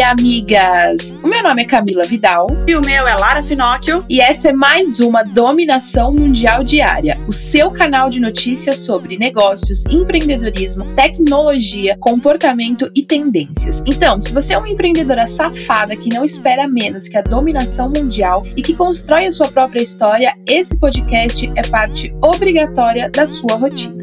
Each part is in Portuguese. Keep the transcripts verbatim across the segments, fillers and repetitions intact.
amigas! O meu nome é Camila Vidal. E o meu é Lara Finocchio. E essa é mais uma Dominação Mundial Diária, o seu canal de notícias sobre negócios, empreendedorismo, tecnologia, comportamento e tendências. Então, se você é uma empreendedora safada que não espera menos que a dominação mundial e que constrói a sua própria história, esse podcast é parte obrigatória da sua rotina.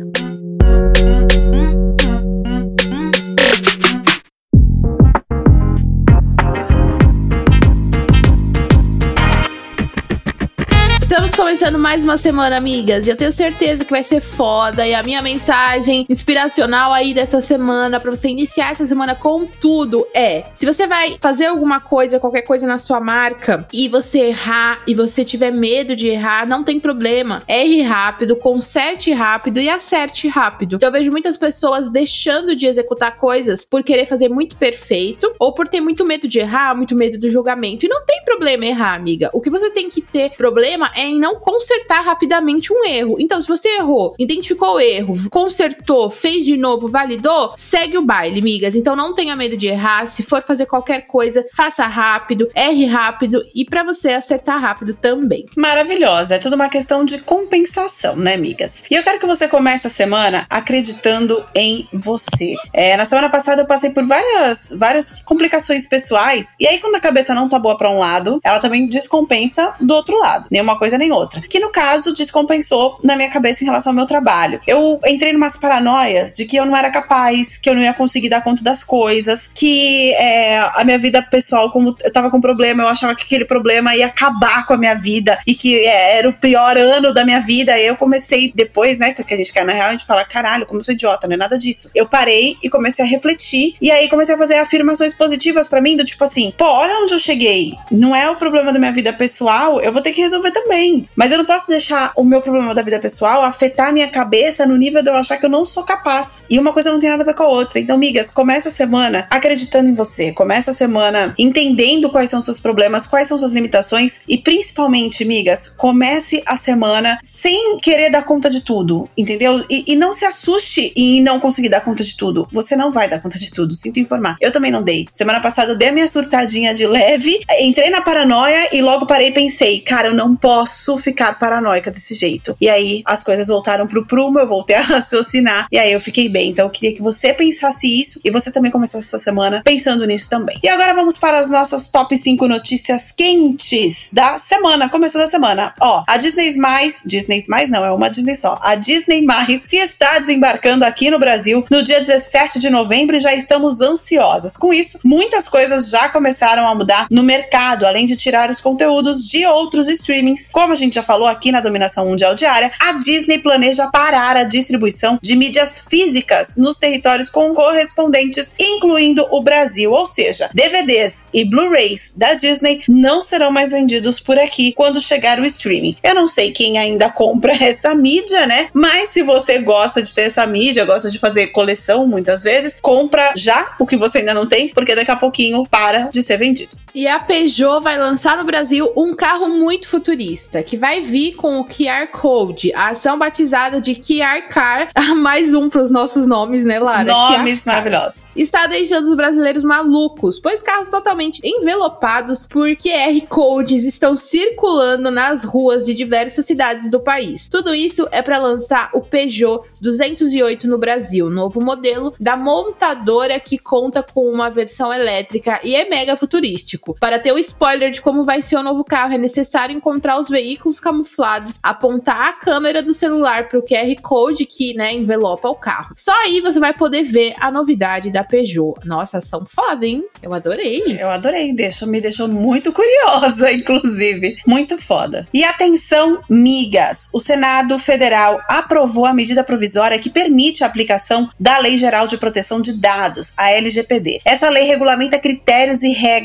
Estamos começando mais uma semana, amigas, e eu tenho certeza que vai ser foda. E a minha mensagem inspiracional aí dessa semana, pra você iniciar essa semana com tudo, é: se você vai fazer alguma coisa, qualquer coisa na sua marca, e você errar, e você tiver medo de errar, não tem problema. Erre rápido, conserte rápido e acerte rápido. Eu vejo muitas pessoas deixando de executar coisas por querer fazer muito perfeito, ou por ter muito medo de errar, muito medo do julgamento. E não tem problema errar, amiga. O que você tem que ter problema é em não consertar rapidamente um erro. Então, se você errou, identificou o erro, consertou, fez de novo, validou, segue o baile, migas. Então, não tenha medo de errar. Se for fazer qualquer coisa, faça rápido, erre rápido e pra você acertar rápido também. Maravilhosa. É tudo uma questão de compensação, né, migas? E eu quero que você comece a semana acreditando em você. É, na semana passada eu passei por várias, várias complicações pessoais. E aí, quando a cabeça não tá boa pra um lado, ela também descompensa do outro lado. Nenhuma coisa nem outra. Que no caso descompensou na minha cabeça em relação ao meu trabalho. Eu entrei numas paranoias de que eu não era capaz, que eu não ia conseguir dar conta das coisas, que é, a minha vida pessoal, como eu tava com problema, eu achava que aquele problema ia acabar com a minha vida e que é, era o pior ano da minha vida. E eu comecei depois, né, que a gente quer na real, a gente fala, caralho, como eu sou idiota, não é nada disso. Eu parei e comecei a refletir e aí comecei a fazer afirmações positivas pra mim, do tipo assim, pô, olha onde eu cheguei. Não é o problema da minha vida pessoal, eu vou ter que resolver também. Mas eu não posso deixar o meu problema da vida pessoal afetar a minha cabeça no nível de eu achar que eu não sou capaz. E uma coisa não tem nada a ver com a outra. Então, migas, começa a semana acreditando em você. Começa a semana entendendo quais são os seus problemas, quais são suas limitações. E principalmente, migas, comece a semana sem querer dar conta de tudo, entendeu? E, e não se assuste em não conseguir dar conta de tudo. Você não vai dar conta de tudo, sinto informar. Eu também não dei. Semana passada eu dei a minha surtadinha de leve, entrei na paranoia e logo parei e pensei, cara, eu não posso ficar paranoica desse jeito. E aí as coisas voltaram pro prumo, eu voltei a raciocinar e aí eu fiquei bem. Então eu queria que você pensasse isso e você também começasse a sua semana pensando nisso também. E agora vamos para as nossas top cinco notícias quentes da semana, começando a semana. Ó, a Disney mais, Disney mais não, é uma Disney só. A Disney mais está desembarcando aqui no Brasil no dia dezessete de novembro e já estamos ansiosas. Com isso, muitas coisas já começaram a mudar no mercado, além de tirar os conteúdos de outros streamings. Como a gente já falou aqui na Dominação Mundial Diária, a Disney planeja parar a distribuição de mídias físicas nos territórios correspondentes, incluindo o Brasil. Ou seja, D V Ds e Blu-rays da Disney não serão mais vendidos por aqui quando chegar o streaming. Eu não sei quem ainda compra essa mídia, né? Mas se você gosta de ter essa mídia, gosta de fazer coleção muitas vezes, compra já o que você ainda não tem, porque daqui a pouquinho para de ser vendido. E a Peugeot vai lançar no Brasil um carro muito futurista, que vai vir com o Q R Code, a ação batizada de Q R Car, mais um para os nossos nomes, né, Lara? Nomes maravilhosos. Está deixando os brasileiros malucos, pois carros totalmente envelopados por Q R Codes estão circulando nas ruas de diversas cidades do país. Tudo isso é para lançar o Peugeot duzentos e oito no Brasil, novo modelo da montadora que conta com uma versão elétrica e é mega futurístico. Para ter o spoiler de como vai ser o novo carro, é necessário encontrar os veículos camuflados, apontar a câmera do celular para o Q R Code que, né, envelopa o carro. Só aí você vai poder ver a novidade da Peugeot. Nossa, ação foda, hein? Eu adorei. Eu adorei, deixa, me deixou muito curiosa, inclusive. Muito foda. E atenção, migas! O Senado Federal aprovou a medida provisória que permite a aplicação da Lei Geral de Proteção de Dados, a L G P D. Essa lei regulamenta critérios e regras de armazenamento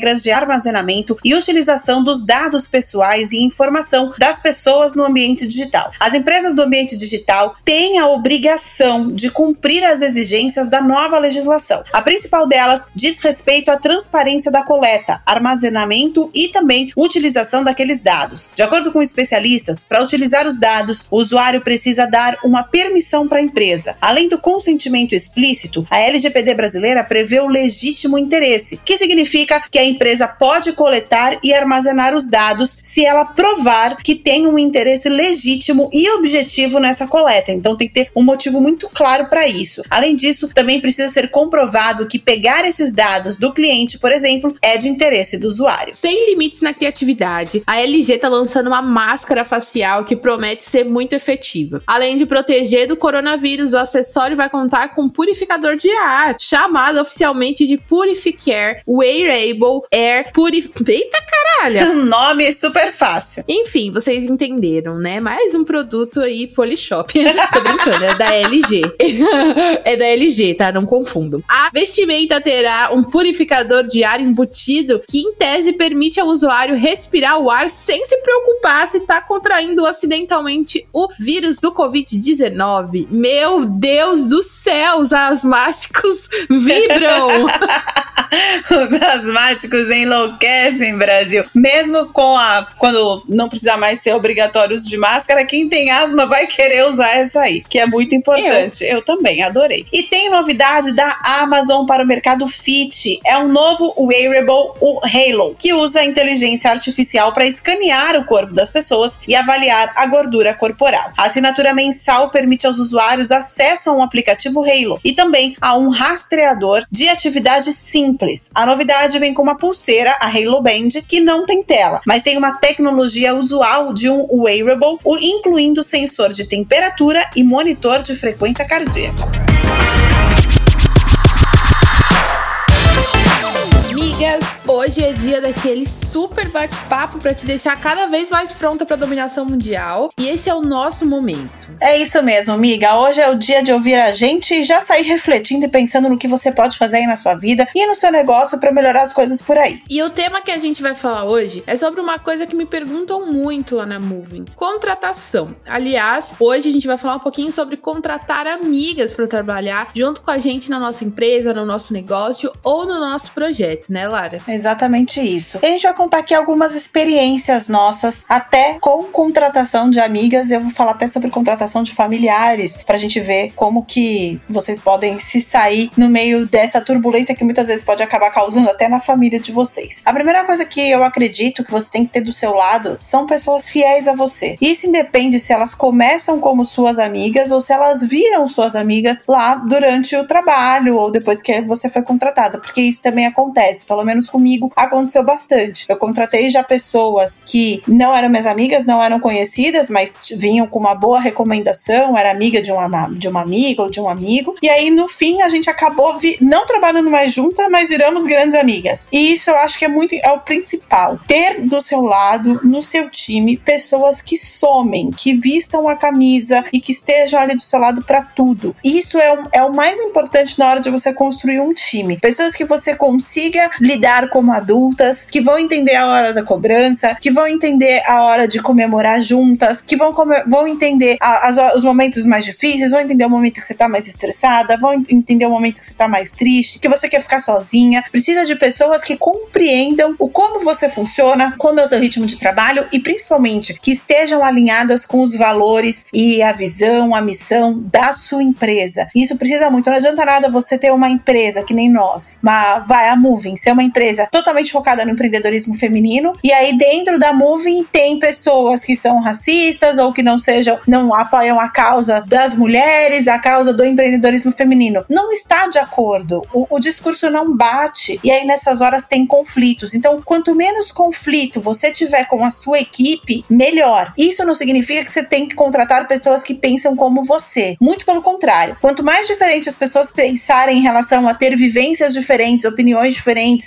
armazenamento e utilização dos dados pessoais e informação das pessoas no ambiente digital. As empresas do ambiente digital têm a obrigação de cumprir as exigências da nova legislação. A principal delas diz respeito à transparência da coleta, armazenamento e também utilização daqueles dados. De acordo com especialistas, para utilizar os dados, o usuário precisa dar uma permissão para a empresa. Além do consentimento explícito, a L G P D brasileira prevê o legítimo interesse, que significa que a empresa pode coletar e armazenar os dados se ela provar que tem um interesse legítimo e objetivo nessa coleta. Então tem que ter um motivo muito claro para isso. Além disso, também precisa ser comprovado que pegar esses dados do cliente, por exemplo, é de interesse do usuário. Sem limites na criatividade, a L G tá lançando uma máscara facial que promete ser muito efetiva. Além de proteger do coronavírus, o acessório vai contar com um purificador de ar, chamado oficialmente de Purificare Wearable Air Purif... Eita caralho! Nome é super fácil. Enfim, vocês entenderam, né? Mais um produto aí Polishop. Tô brincando, é da L G. É da L G, tá? Não confundam. A vestimenta terá um purificador de ar embutido que, em tese, permite ao usuário respirar o ar sem se preocupar se tá contraindo acidentalmente o vírus do covid dezenove. Meu Deus do céu, os asmáticos vibram! Os asmáticos enlouquecem, Brasil. Mesmo com a... Quando não precisar mais ser obrigatório o uso de máscara, quem tem asma vai querer usar essa aí, que é muito importante. Eu, Eu também, adorei. E tem novidade da Amazon para o mercado fit. É um novo wearable, o Halo, que usa a inteligência artificial para escanear o corpo das pessoas e avaliar a gordura corporal. A assinatura mensal permite aos usuários acesso a um aplicativo Halo e também a um rastreador de atividade simples. A novidade vem com uma pulseira, a Halo Band, que não tem tela, mas tem uma tecnologia usual de um wearable, incluindo sensor de temperatura e monitor de frequência cardíaca. Amigas, hoje é dia daquele super bate-papo pra te deixar cada vez mais pronta pra dominação mundial. E esse é o nosso momento. É isso mesmo, amiga. Hoje é o dia de ouvir a gente e já sair refletindo e pensando no que você pode fazer aí na sua vida e no seu negócio pra melhorar as coisas por aí. E o tema que a gente vai falar hoje é sobre uma coisa que me perguntam muito lá na Moving: contratação. Aliás, hoje a gente vai falar um pouquinho sobre contratar amigas pra trabalhar junto com a gente na nossa empresa, no nosso negócio ou no nosso projeto, né, Lara? Exatamente isso. E a gente vai contar aqui algumas experiências nossas, até com contratação de amigas. Eu vou falar até sobre contratação de familiares, pra gente ver como que vocês podem se sair no meio dessa turbulência que muitas vezes pode acabar causando até na família de vocês. A primeira coisa que eu acredito que você tem que ter do seu lado são pessoas fiéis a você. Isso independe se elas começam como suas amigas ou se elas viram suas amigas lá durante o trabalho ou depois que você foi contratada, porque isso também acontece. Pelo menos comigo aconteceu bastante. Eu contratei já pessoas que não eram minhas amigas, não eram conhecidas, mas vinham com uma boa recomendação, era amiga de uma, de uma amiga ou de um amigo, e aí no fim a gente acabou vi- não trabalhando mais junta, mas viramos grandes amigas. E isso eu acho que é muito, é o principal. Ter do seu lado, no seu time, pessoas que somem, que vistam a camisa e que estejam ali do seu lado pra tudo. Isso é o, é o mais importante na hora de você construir um time. Pessoas que você consiga lidar como adultas, que vão entender a hora da cobrança, que vão entender a hora de comemorar juntas, que vão, come- vão entender a, as, os momentos mais difíceis, vão entender o momento que você tá mais estressada, vão entender o momento que você tá mais triste, que você quer ficar sozinha. Precisa de pessoas que compreendam o como você funciona, como é o seu ritmo de trabalho e principalmente que estejam alinhadas com os valores e a visão, a missão da sua empresa. Isso precisa muito. Não adianta nada você ter uma empresa que nem nós, uma, vai a Moving, ser uma empresa totalmente focada no empreendedorismo feminino, e aí dentro da Moving tem pessoas que são racistas ou que não sejam, não apoiam a causa das mulheres, a causa do empreendedorismo feminino. Não está de acordo. O, o discurso não bate, e aí nessas horas tem conflitos. Então, quanto menos conflito você tiver com a sua equipe, melhor. Isso não significa que você tem que contratar pessoas que pensam como você. Muito pelo contrário. Quanto mais diferente as pessoas pensarem em relação a ter vivências diferentes, opiniões diferentes, é,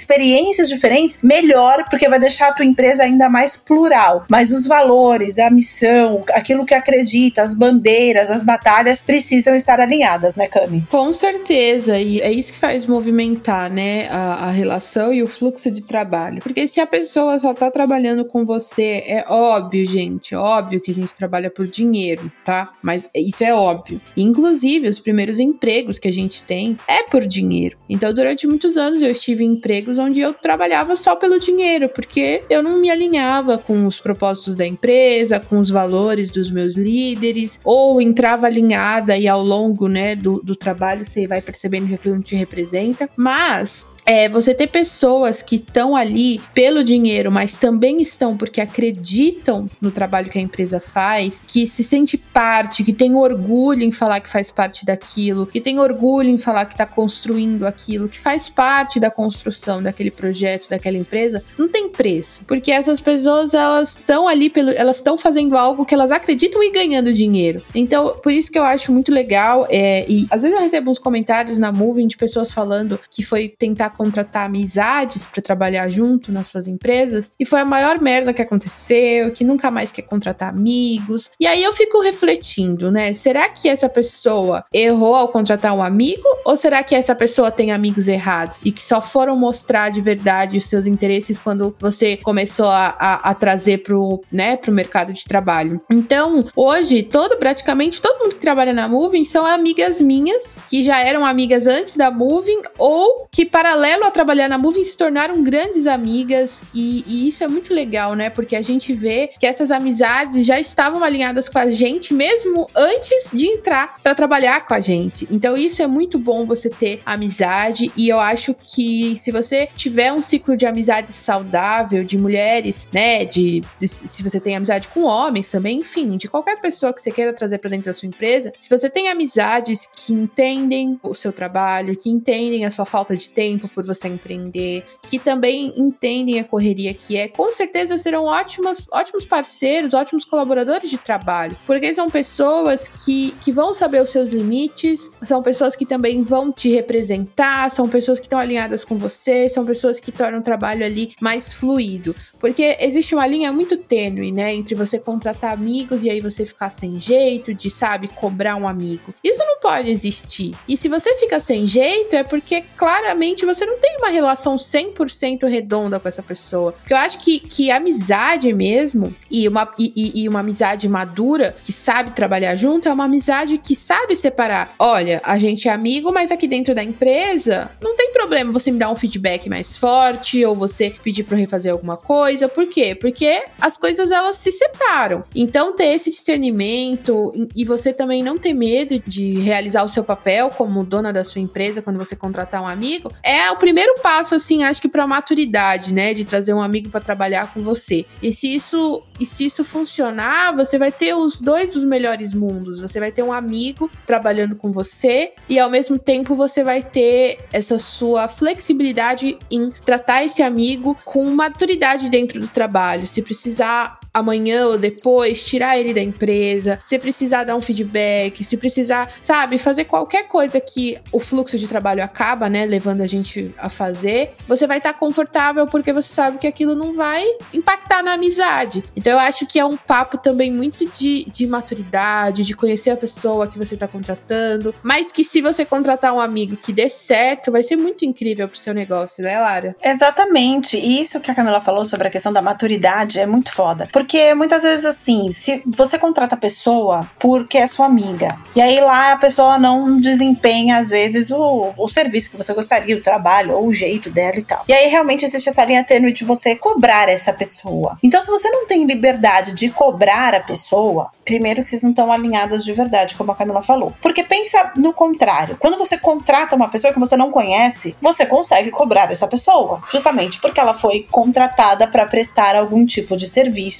experiências diferentes, melhor, porque vai deixar a tua empresa ainda mais plural. Mas os valores, a missão, aquilo que acredita, as bandeiras, as batalhas precisam estar alinhadas, né, Cami? Com certeza, e é isso que faz movimentar, né, a, a relação e o fluxo de trabalho. Porque se a pessoa só tá trabalhando com você, é óbvio, gente, óbvio que a gente trabalha por dinheiro, tá? Mas isso é óbvio. Inclusive, os primeiros empregos que a gente tem é por dinheiro. Então, durante muitos anos eu estive em empregos onde eu trabalhava só pelo dinheiro, porque eu não me alinhava com os propósitos da empresa, com os valores dos meus líderes, ou entrava alinhada e ao longo, né, do, do trabalho você vai percebendo que aquilo não te representa. Mas É, você ter pessoas que estão ali pelo dinheiro, mas também estão porque acreditam no trabalho que a empresa faz, que se sente parte, que tem orgulho em falar que faz parte daquilo, que tem orgulho em falar que está construindo aquilo, que faz parte da construção daquele projeto, daquela empresa, não tem preço. Porque essas pessoas, elas estão ali, pelo, elas estão fazendo algo que elas acreditam e ganhando dinheiro. Então, por isso que eu acho muito legal, é, e às vezes eu recebo uns comentários na Moving de pessoas falando que foi tentar contratar amizades para trabalhar junto nas suas empresas e foi a maior merda que aconteceu, que nunca mais quer contratar amigos. E aí eu fico refletindo, né? Será que essa pessoa errou ao contratar um amigo ou será que essa pessoa tem amigos errados e que só foram mostrar de verdade os seus interesses quando você começou a, a, a trazer pro, né, pro mercado de trabalho? Então, hoje, todo, praticamente todo mundo que trabalha na Moving são amigas minhas, que já eram amigas antes da Moving ou que, paralelo a trabalhar na Moving, se tornaram grandes amigas e, e isso é muito legal, né? Porque a gente vê que essas amizades já estavam alinhadas com a gente mesmo antes de entrar para trabalhar com a gente. Então isso é muito bom, você ter amizade, e eu acho que se você tiver um ciclo de amizade saudável, de mulheres, né? De, de se você tem amizade com homens também, enfim, de qualquer pessoa que você queira trazer para dentro da sua empresa, se você tem amizades que entendem o seu trabalho, que entendem a sua falta de tempo por você empreender, que também entendem a correria que é, com certeza serão ótimos, ótimos parceiros, ótimos colaboradores de trabalho, porque são pessoas que, que vão saber os seus limites, são pessoas que também vão te representar, são pessoas que estão alinhadas com você, são pessoas que tornam o trabalho ali mais fluido, porque existe uma linha muito tênue, né, entre você contratar amigos e aí você ficar sem jeito de, sabe, cobrar um amigo. Isso não pode existir. E se você fica sem jeito, é porque claramente você não tem uma relação cem por cento redonda com essa pessoa. Porque eu acho que, que amizade mesmo, e uma, e, e uma amizade madura, que sabe trabalhar junto, é uma amizade que sabe separar. Olha, a gente é amigo, mas aqui dentro da empresa, não tem problema você me dar um feedback mais forte, ou você pedir pra eu refazer alguma coisa. Por quê? Porque as coisas, elas se separam. Então, ter esse discernimento, e você também não ter medo de realizar o seu papel como dona da sua empresa, quando você contratar um amigo, é o primeiro passo, assim, acho que pra maturidade, né, de trazer um amigo pra trabalhar com você. E se isso, e se isso funcionar, você vai ter os dois dos melhores mundos. Você vai ter um amigo trabalhando com você e, ao mesmo tempo, você vai ter essa sua flexibilidade em tratar esse amigo com maturidade dentro do trabalho. Se precisar amanhã ou depois, tirar ele da empresa, se precisar dar um feedback, se precisar, sabe, fazer qualquer coisa que o fluxo de trabalho acaba, né, levando a gente a fazer, você vai estar confortável porque você sabe que aquilo não vai impactar na amizade. Então eu acho que é um papo também muito de, de maturidade, de conhecer a pessoa que você está contratando, mas que se você contratar um amigo que dê certo, vai ser muito incrível pro seu negócio, né, Lara? Exatamente, e isso que a Camila falou sobre a questão da maturidade é muito foda, porque muitas vezes assim, se você contrata a pessoa porque é sua amiga, e aí lá a pessoa não desempenha às vezes o, o serviço que você gostaria, o trabalho ou o jeito dela e tal, e aí realmente existe essa linha tênue de você cobrar essa pessoa. Então se você não tem liberdade de cobrar a pessoa, primeiro que vocês não estão alinhadas de verdade, como a Camila falou, porque pensa no contrário, quando você contrata uma pessoa que você não conhece, você consegue cobrar essa pessoa, justamente porque ela foi contratada para prestar algum tipo de serviço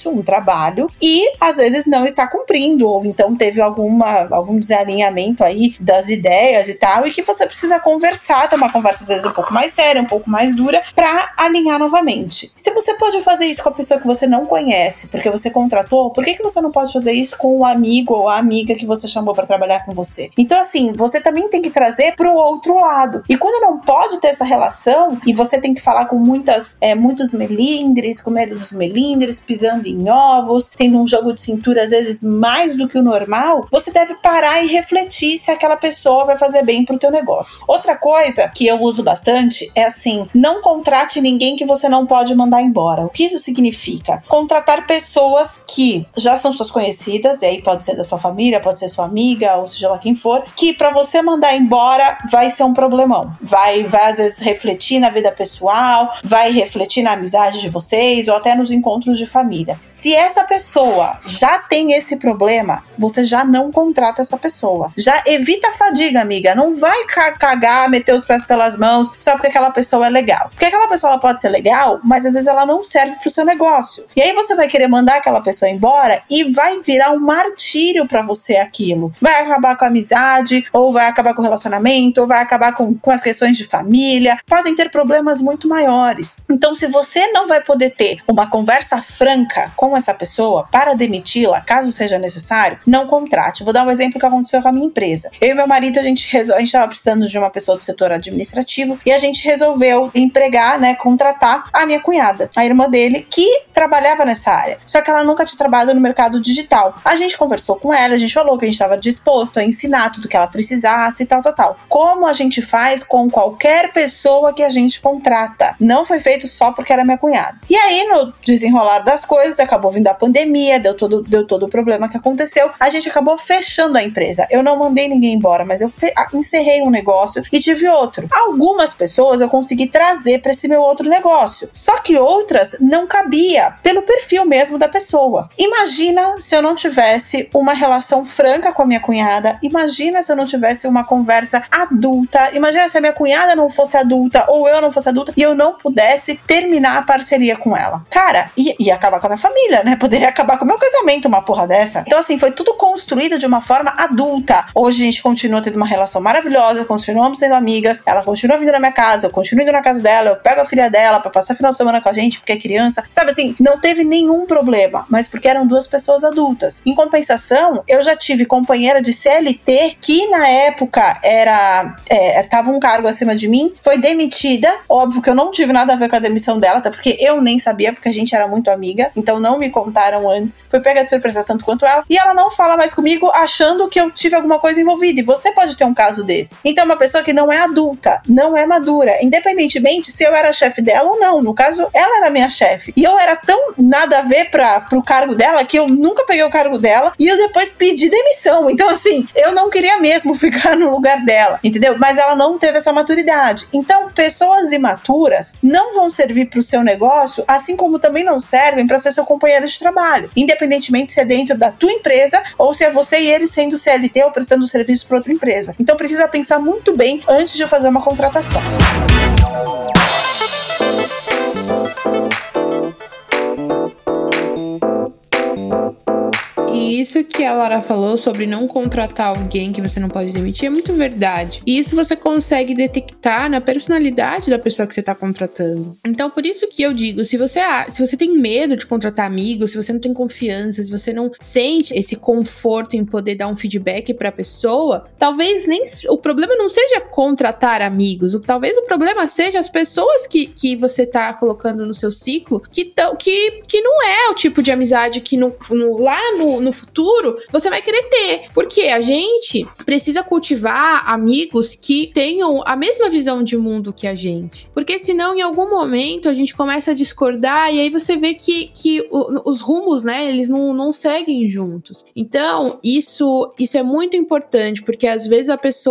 negócio, um trabalho, e às vezes não está cumprindo, ou então teve alguma, algum desalinhamento aí das ideias e tal, e que você precisa conversar, ter uma conversa às vezes um pouco mais séria, um pouco mais dura, pra alinhar novamente. Se você pode fazer isso com a pessoa que você não conhece, porque você contratou, por que que você não pode fazer isso com o amigo ou a amiga que você chamou pra trabalhar com você? Então assim, você também tem que trazer pro outro lado. E quando não pode ter essa relação, e você tem que falar com muitas, é, muitos melindres, com medo dos melindres, pisando em ovos, tendo um jogo de cintura às vezes mais do que o normal, você deve parar e refletir se aquela pessoa vai fazer bem pro teu negócio. Outra coisa que eu uso bastante é assim, não contrate ninguém que você não pode mandar embora. O que isso significa? Contratar pessoas que já são suas conhecidas, e aí pode ser da sua família, pode ser sua amiga, ou seja lá quem for, que pra você mandar embora vai ser um problemão. Vai, vai às vezes refletir na vida pessoal, vai refletir na amizade de vocês, ou até nos encontros de família. Se essa pessoa já tem esse problema, você já não contrata essa pessoa. Já evita a fadiga, amiga. Não vai cagar, meter os pés pelas mãos só porque aquela pessoa é legal. Porque aquela pessoa ela pode ser legal, mas às vezes ela não serve pro seu negócio. E aí você vai querer mandar aquela pessoa embora e vai virar um martírio pra você aquilo. Vai acabar com a amizade, ou vai acabar com o relacionamento, ou vai acabar com, com as questões de família. Podem ter problemas muito maiores. Então, se você não vai poder ter uma conversa franca com essa pessoa para demiti-la, caso seja necessário, não contrate. Vou dar um exemplo que aconteceu com a minha empresa. Eu e meu marido, a gente resol... a gente estava precisando de uma pessoa do setor administrativo e a gente resolveu empregar, né, contratar a minha cunhada, a irmã dele, que trabalhava nessa área. Só que ela nunca tinha trabalhado no mercado digital. A gente conversou com ela, a gente falou que a gente estava disposto a ensinar tudo que ela precisasse e tal, tal, tal. Como a gente faz com qualquer pessoa que a gente contrata. Não foi feito só porque era minha cunhada. E aí, no desenrolar das coisas, acabou vindo a pandemia, deu todo, deu todo o problema que aconteceu, a gente acabou fechando a empresa. Eu não mandei ninguém embora, mas eu fe- encerrei um negócio e tive outro. Algumas pessoas eu consegui trazer para esse meu outro negócio. Só que outras não cabia, pelo perfil mesmo da pessoa. Imagina se eu não tivesse uma relação franca com a minha cunhada, imagina se eu não tivesse uma conversa adulta, imagina se a minha cunhada não fosse adulta, ou eu não fosse adulta, e eu não pudesse terminar a parceria com ela. Cara, ia, ia acabar com a minha família, né? Poderia acabar com o meu casamento, uma porra dessa. Então assim, foi tudo construído de uma forma adulta. Hoje a gente continua tendo uma relação maravilhosa, continuamos sendo amigas, ela continua vindo na minha casa, eu continuo indo na casa dela, eu pego a filha dela pra passar final de semana com a gente, porque é criança, sabe assim, não teve nenhum problema, mas porque eram duas pessoas adultas. Em compensação, eu já tive companheira de C L T que na época era, é, tava um cargo acima de mim, foi demitida, óbvio que eu não tive nada a ver com a demissão dela, até porque eu nem sabia, porque a gente era muito amiga, então não me contaram antes, foi pega de surpresa tanto quanto ela, e ela não fala mais comigo achando que eu tive alguma coisa envolvida, e você pode ter um caso desse. Então uma pessoa que não é adulta, não é madura, independentemente se eu era chefe dela ou não, no caso, ela era minha chefe, e eu era tão nada a ver pra, pro cargo dela, que eu nunca peguei o cargo dela, e eu depois pedi demissão, então assim, eu não queria mesmo ficar no lugar dela, entendeu? Mas ela não teve essa maturidade. Então, pessoas imaturas não vão servir pro seu negócio, assim como também não servem para ser seu companheiro de trabalho, independentemente se é dentro da tua empresa, ou se é você e ele sendo C L T ou prestando serviço para outra empresa. Então, precisa pensar muito bem antes de fazer uma contratação. E isso que a Lara falou sobre não contratar alguém que você não pode demitir é muito verdade. E isso você consegue detectar na personalidade da pessoa que você está contratando. Então, por isso que eu digo, se você, se você tem medo de contratar amigos, se você não tem confiança, se você não sente esse conforto em poder dar um feedback para a pessoa, talvez nem o problema não seja contratar amigos, o, talvez o problema seja as pessoas que, que você está colocando no seu ciclo que, tão, que, que não é o tipo de amizade que no, no, lá no no futuro, você vai querer ter. Porque a gente precisa cultivar amigos que tenham a mesma visão de mundo que a gente. Porque senão, em algum momento, a gente começa a discordar e aí você vê que, que o, os rumos, né, eles não, não seguem juntos. Então, isso, isso é muito importante, porque às vezes a pessoa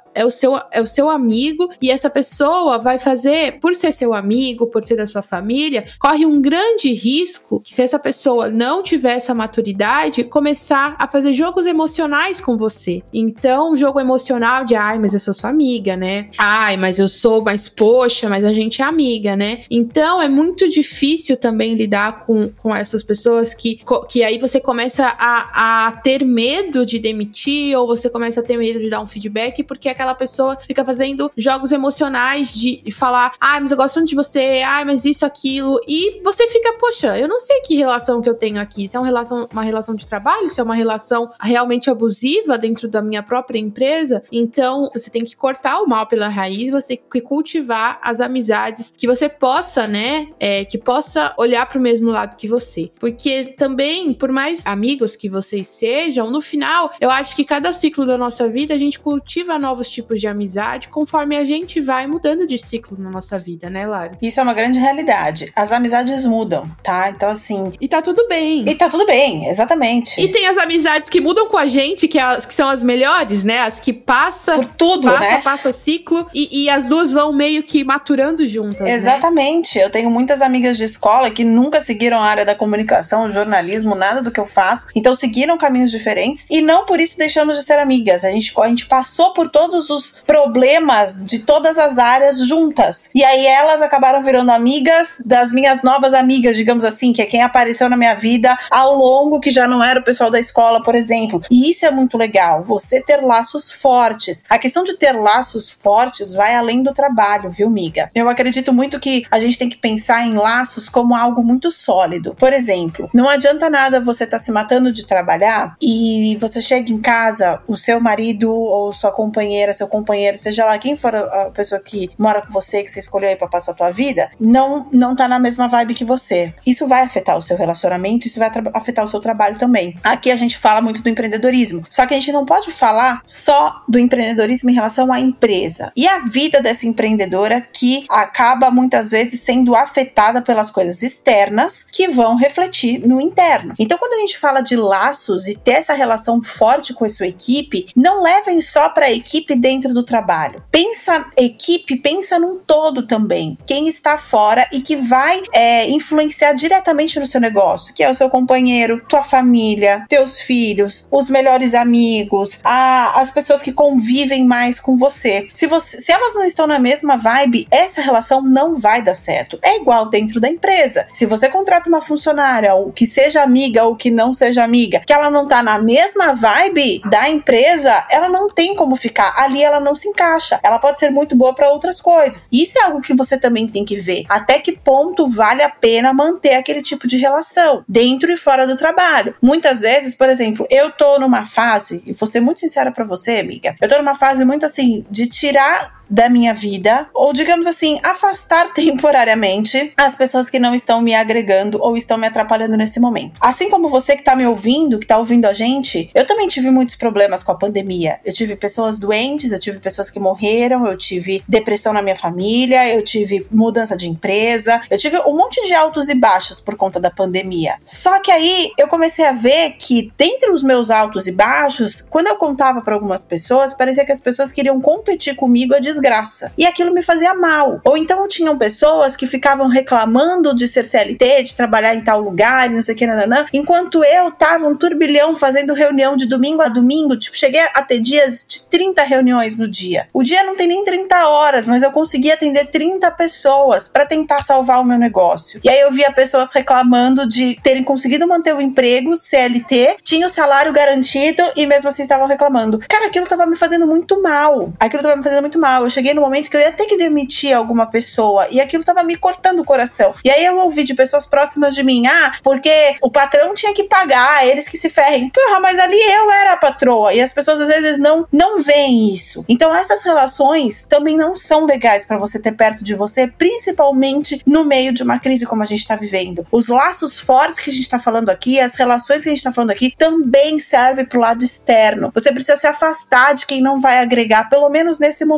é o seu, é o seu amigo, e essa pessoa vai fazer, por ser seu amigo, por ser da sua família, corre um grande risco que, se essa pessoa não tiver essa maturidade, começar a fazer jogos emocionais com você. Então, jogo emocional de, ai, mas eu sou sua amiga, né? Ai, mas eu sou, mas poxa, mas a gente é amiga, né? Então, é muito difícil também lidar com, com essas pessoas que, que aí você começa a, a ter medo de demitir, ou você começa a ter medo de dar um feedback, porque aquela pessoa fica fazendo jogos emocionais de, de falar, ai, mas eu gosto tanto de você, ai, mas isso, aquilo, e você fica, poxa, eu não sei que relação que eu tenho aqui, se é uma relação, uma relação de trabalho, se é uma relação realmente abusiva dentro da minha própria empresa. Então, você tem que cortar o mal pela raiz, você tem que cultivar as amizades que você possa, né, é, que possa olhar pro mesmo lado que você. Porque também, por mais amigos que vocês sejam, no final, eu acho que cada ciclo da nossa vida, a gente cultiva novos tipos de amizade conforme a gente vai mudando de ciclo na nossa vida, né, Lara? Isso é uma grande realidade. As amizades mudam, tá? Então, assim... E tá tudo bem. E tá tudo bem, exatamente. E tem as amizades que mudam com a gente, que, é as, que são as melhores, né? As que passa... Por tudo, passa, né? Passa ciclo, e, e as duas vão meio que maturando juntas, exatamente. Né? Eu tenho muitas amigas de escola que nunca seguiram a área da comunicação, jornalismo, nada do que eu faço. Então, seguiram caminhos diferentes. E não por isso deixamos de ser amigas. A gente, a gente passou por todos os problemas de todas as áreas juntas. E aí, elas acabaram virando amigas das minhas novas amigas, digamos assim, que é quem apareceu na minha vida ao longo, que já não era o pessoal da escola, por exemplo. E isso é muito legal, você ter laços fortes. A questão de ter laços fortes vai além do trabalho, viu, miga? Eu acredito muito que a gente tem que pensar em laços como algo muito sólido. Por exemplo, não adianta nada você estar tá se matando de trabalhar e você chega em casa, o seu marido ou sua companheira, seu companheiro, seja lá quem for a pessoa que mora com você, que você escolheu aí pra passar a tua vida, não, não tá na mesma vibe que você. Isso vai afetar o seu relacionamento, isso vai tra- afetar o seu trabalho também. Aqui a gente fala muito do empreendedorismo, só que a gente não pode falar só do empreendedorismo em relação à empresa e a vida dessa empreendedora, que acaba muitas vezes sendo afetada pelas coisas externas que vão refletir no interno. Então, quando a gente fala de laços e ter essa relação forte com a sua equipe, não levem só para a equipe dentro do trabalho. Pensa equipe, pensa num todo também. Quem está fora e que vai é, influenciar diretamente no seu negócio, que é o seu companheiro, tua família, teus filhos, os melhores amigos, a, as pessoas que convivem mais com você. Se, você. se elas não estão na mesma vibe, essa relação não vai dar certo. É igual dentro da empresa. Se você contrata uma funcionária, ou que seja amiga ou que não seja amiga, que ela não tá na mesma vibe da empresa, ela não tem como ficar. Ali ela não se encaixa. Ela pode ser muito boa para outras coisas. Isso é algo que você também tem que ver. Até que ponto vale a pena manter aquele tipo de relação, dentro e fora do trabalho. Muitas vezes, por exemplo, eu tô numa fase, e vou ser muito sincera pra você, amiga, eu tô numa fase muito assim, de tirar da minha vida, ou digamos assim, afastar temporariamente as pessoas que não estão me agregando ou estão me atrapalhando nesse momento. Assim como você que tá me ouvindo, que tá ouvindo a gente, eu também tive muitos problemas com a pandemia. Eu tive pessoas doentes, eu tive pessoas que morreram, eu tive depressão na minha família, eu tive mudança de empresa, eu tive um monte de altos e baixos por conta da pandemia. Só que aí eu comecei a ver que dentre os meus altos e baixos, quando eu contava para algumas pessoas, parecia que as pessoas queriam competir comigo a desgraça. E aquilo me fazia mal. Ou então tinham pessoas que ficavam reclamando de ser C L T, de trabalhar em tal lugar, não sei o que, nananã, enquanto eu tava um turbilhão fazendo reunião de domingo a domingo, tipo, cheguei a ter dias de trinta reuniões no dia. O dia não tem nem trinta horas, mas eu consegui atender trinta pessoas para tentar salvar o meu negócio. E aí eu via pessoas reclamando de terem conseguido manter o emprego, C L T, tinha o salário garantido e mesmo assim estavam reclamando. Cara, aquilo tava me fazendo muito mal. Aquilo tava me fazendo muito mal. Eu cheguei no momento que eu ia ter que demitir alguma pessoa e aquilo tava me cortando o coração. E aí eu ouvi de pessoas próximas de mim, ah, porque o patrão tinha que pagar, eles que se ferrem. Porra, mas ali eu era a patroa. E as pessoas às vezes não, não veem isso. Então essas relações também não são legais pra você ter perto de você, principalmente no meio de uma crise como a gente tá vivendo. Os laços fortes que a gente tá falando aqui, as relações que a gente tá falando aqui, também servem pro lado externo. Você precisa se afastar de quem não vai agregar, pelo menos nesse momento.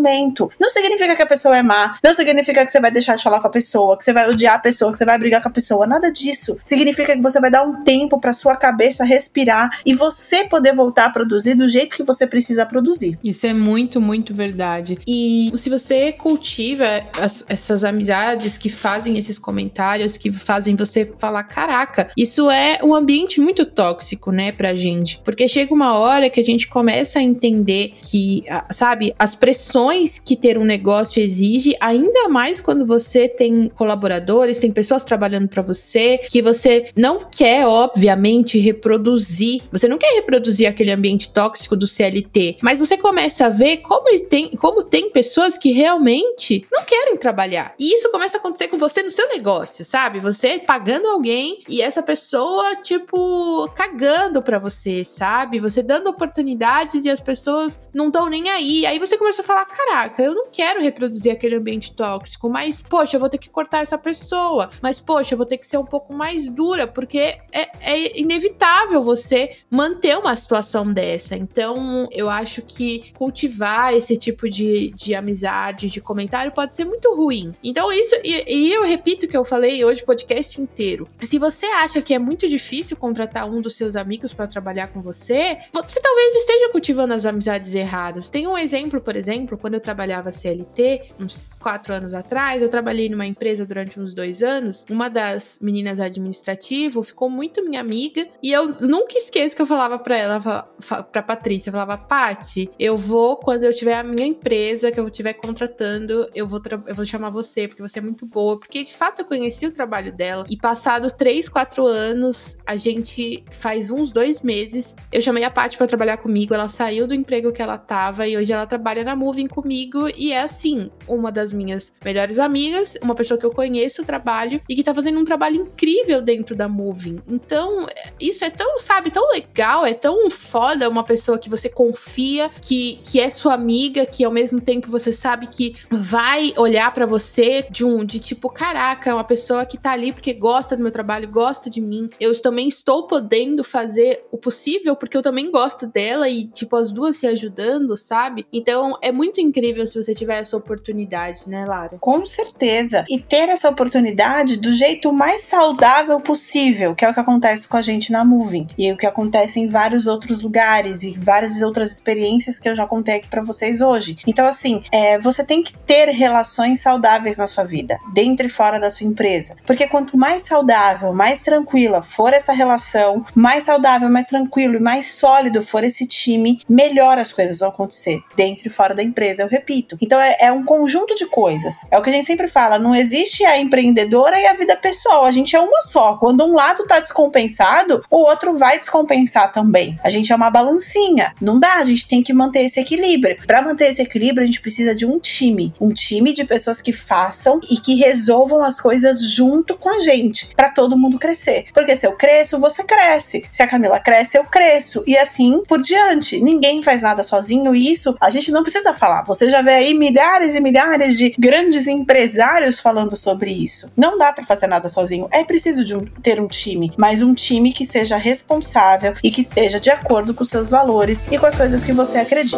junto, não significa que a pessoa é má, não significa que você vai deixar de falar com a pessoa, que você vai odiar a pessoa, que você vai brigar com a pessoa, nada disso. Significa que você vai dar um tempo pra sua cabeça respirar e você poder voltar a produzir do jeito que você precisa produzir. Isso é muito, muito verdade. E se você cultiva as, essas amizades que fazem esses comentários, que fazem você falar, caraca, isso é um ambiente muito tóxico, né, pra gente. Porque chega uma hora que a gente começa a entender que, sabe, as pressões que ter um negócio exige, ainda mais quando você tem colaboradores, tem pessoas trabalhando pra você, que você não quer, obviamente, reproduzir. Você não quer reproduzir aquele ambiente tóxico do C L T, mas você começa a ver como tem, como tem pessoas que realmente não querem trabalhar. E isso começa a acontecer com você no seu negócio, sabe? Você pagando alguém e essa pessoa, tipo, cagando pra você, sabe? Você dando oportunidades e as pessoas não estão nem aí. Aí você começa a falar, caraca, eu não quero reproduzir aquele ambiente tóxico, mas, poxa, eu vou ter que cortar essa pessoa. Mas, poxa, eu vou ter que ser um pouco mais dura, porque é, é inevitável você manter uma situação dessa. Então, eu acho que cultivar esse tipo de, de amizade, de comentário, pode ser muito ruim. Então, isso, e, e eu repito o que eu falei hoje o podcast inteiro. Se você acha que é muito difícil contratar um dos seus amigos para trabalhar com você, você talvez esteja cultivando as amizades erradas. Tem um exemplo, por exemplo, quando eu trabalhava C L T, uns quatro anos atrás, eu trabalhei numa empresa durante uns dois anos, uma das meninas administrativas ficou muito minha amiga, e eu nunca esqueço que eu falava pra ela, pra Patrícia, eu falava, Paty, eu vou, quando eu tiver a minha empresa, que eu estiver contratando, eu vou, tra- eu vou chamar você, porque você é muito boa, porque de fato eu conheci o trabalho dela, e passado três, quatro anos, a gente faz uns dois meses, eu chamei a Paty pra trabalhar comigo, ela saiu do emprego que ela tava, e hoje ela trabalha na Moving comigo, e é assim, uma das minhas melhores amigas, uma pessoa que eu conheço o trabalho, e que tá fazendo um trabalho incrível dentro da Moving. Então, isso é tão, sabe, tão legal, é tão foda uma pessoa que você confia, que, que é sua amiga, que ao mesmo tempo você sabe que vai olhar pra você de um, de tipo, caraca, é uma pessoa que tá ali porque gosta do meu trabalho, gosta de mim. Eu também estou podendo fazer o possível porque eu também gosto dela e, tipo, as duas se ajudando, sabe? Então, é muito incrível se você tiver essa oportunidade, né, Lara? Com certeza. E ter essa oportunidade do jeito mais saudável possível, que é o que acontece com a gente na Moving. E é o que acontece em vários outros lugares e várias outras experiências que eu já contei aqui pra vocês hoje. Então, assim, é, você tem que ter relações saudáveis na sua vida, dentro e fora da sua empresa. Porque quanto mais saudável, mais tranquila for essa relação, mais saudável, mais tranquilo e mais sólido for esse time, melhor as coisas vão acontecer, dentro e fora da empresa, eu repito. Então, é, é um conjunto de coisas. É o que a gente sempre fala, não existe a empreendedora e a vida pessoal, a gente é uma só. Quando um lado tá descompensado, o outro vai descompensar também. A gente é uma balancinha. Não dá, a gente tem que manter esse equilíbrio. Para manter esse equilíbrio, a gente precisa de um time. Um time de pessoas que façam e que resolvam as coisas junto com a gente, para todo mundo crescer. Porque se eu cresço, você cresce. Se a Camila cresce, eu cresço. E assim por diante. Ninguém faz nada sozinho e isso a gente não precisa falar. Você já vê aí milhares e milhares de grandes empresários falando sobre isso. Não dá para fazer nada sozinho. É preciso de um, ter um time, mas um time que seja responsável e que esteja de acordo com os seus valores e com as coisas que você acredita.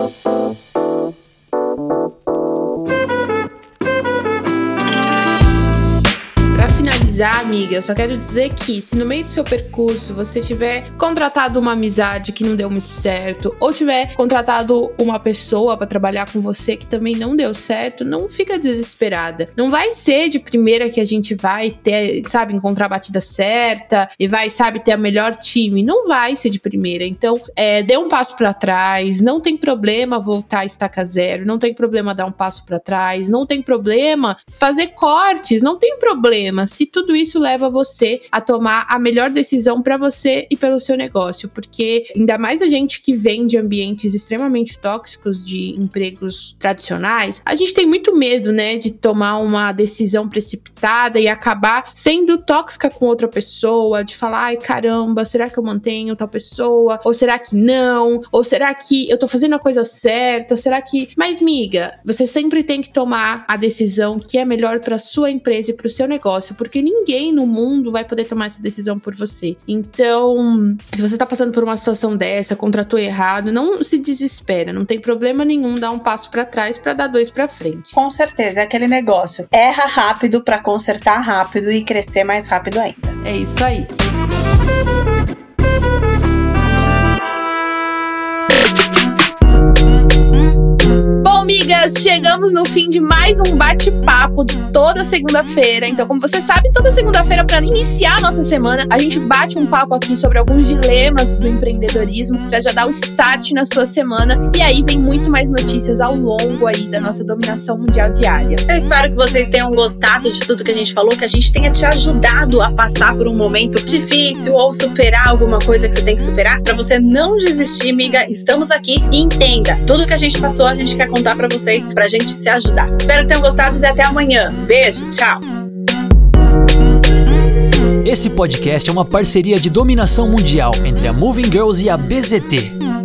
Amiga, eu só quero dizer que se no meio do seu percurso você tiver contratado uma amizade que não deu muito certo, ou tiver contratado uma pessoa pra trabalhar com você que também não deu certo, não fica desesperada. Não vai ser de primeira que a gente vai ter, sabe, encontrar a batida certa e vai, sabe, ter a melhor time. Não vai ser de primeira. Então, é, dê um passo pra trás, não tem problema voltar a estaca zero, não tem problema dar um passo pra trás, não tem problema fazer cortes, não tem problema se tudo isso leva você a tomar a melhor decisão para você e pelo seu negócio, porque ainda mais a gente que vem de ambientes extremamente tóxicos de empregos tradicionais, a gente tem muito medo, né, de tomar uma decisão precipitada e acabar sendo tóxica com outra pessoa, de falar, ai caramba, será que eu mantenho tal pessoa? Ou será que não? Ou será que eu tô fazendo a coisa certa? Será que... Mas, miga, você sempre tem que tomar a decisão que é melhor para sua empresa e para o seu negócio, porque ninguém no mundo vai poder tomar essa decisão por você. Então, se você tá passando por uma situação dessa, contratou errado, não se desespera, não tem problema nenhum dar um passo pra trás pra dar dois pra frente. Com certeza, é aquele negócio. Erra rápido pra consertar rápido e crescer mais rápido ainda. É isso aí. Amigas, chegamos no fim de mais um bate-papo de toda segunda-feira. Então, como você sabe, toda segunda-feira, para iniciar a nossa semana, a gente bate um papo aqui sobre alguns dilemas do empreendedorismo para já dar o start na sua semana. E aí vem muito mais notícias ao longo aí da nossa dominação mundial diária. Eu espero que vocês tenham gostado de tudo que a gente falou, que a gente tenha te ajudado a passar por um momento difícil ou superar alguma coisa que você tem que superar. Para você não desistir, amiga, estamos aqui e entenda, tudo que a gente passou, a gente quer contar pra vocês, pra gente se ajudar. Espero que tenham gostado e até amanhã. Beijo, tchau! Esse podcast é uma parceria de dominação mundial entre a Moving Girls e a B Z T.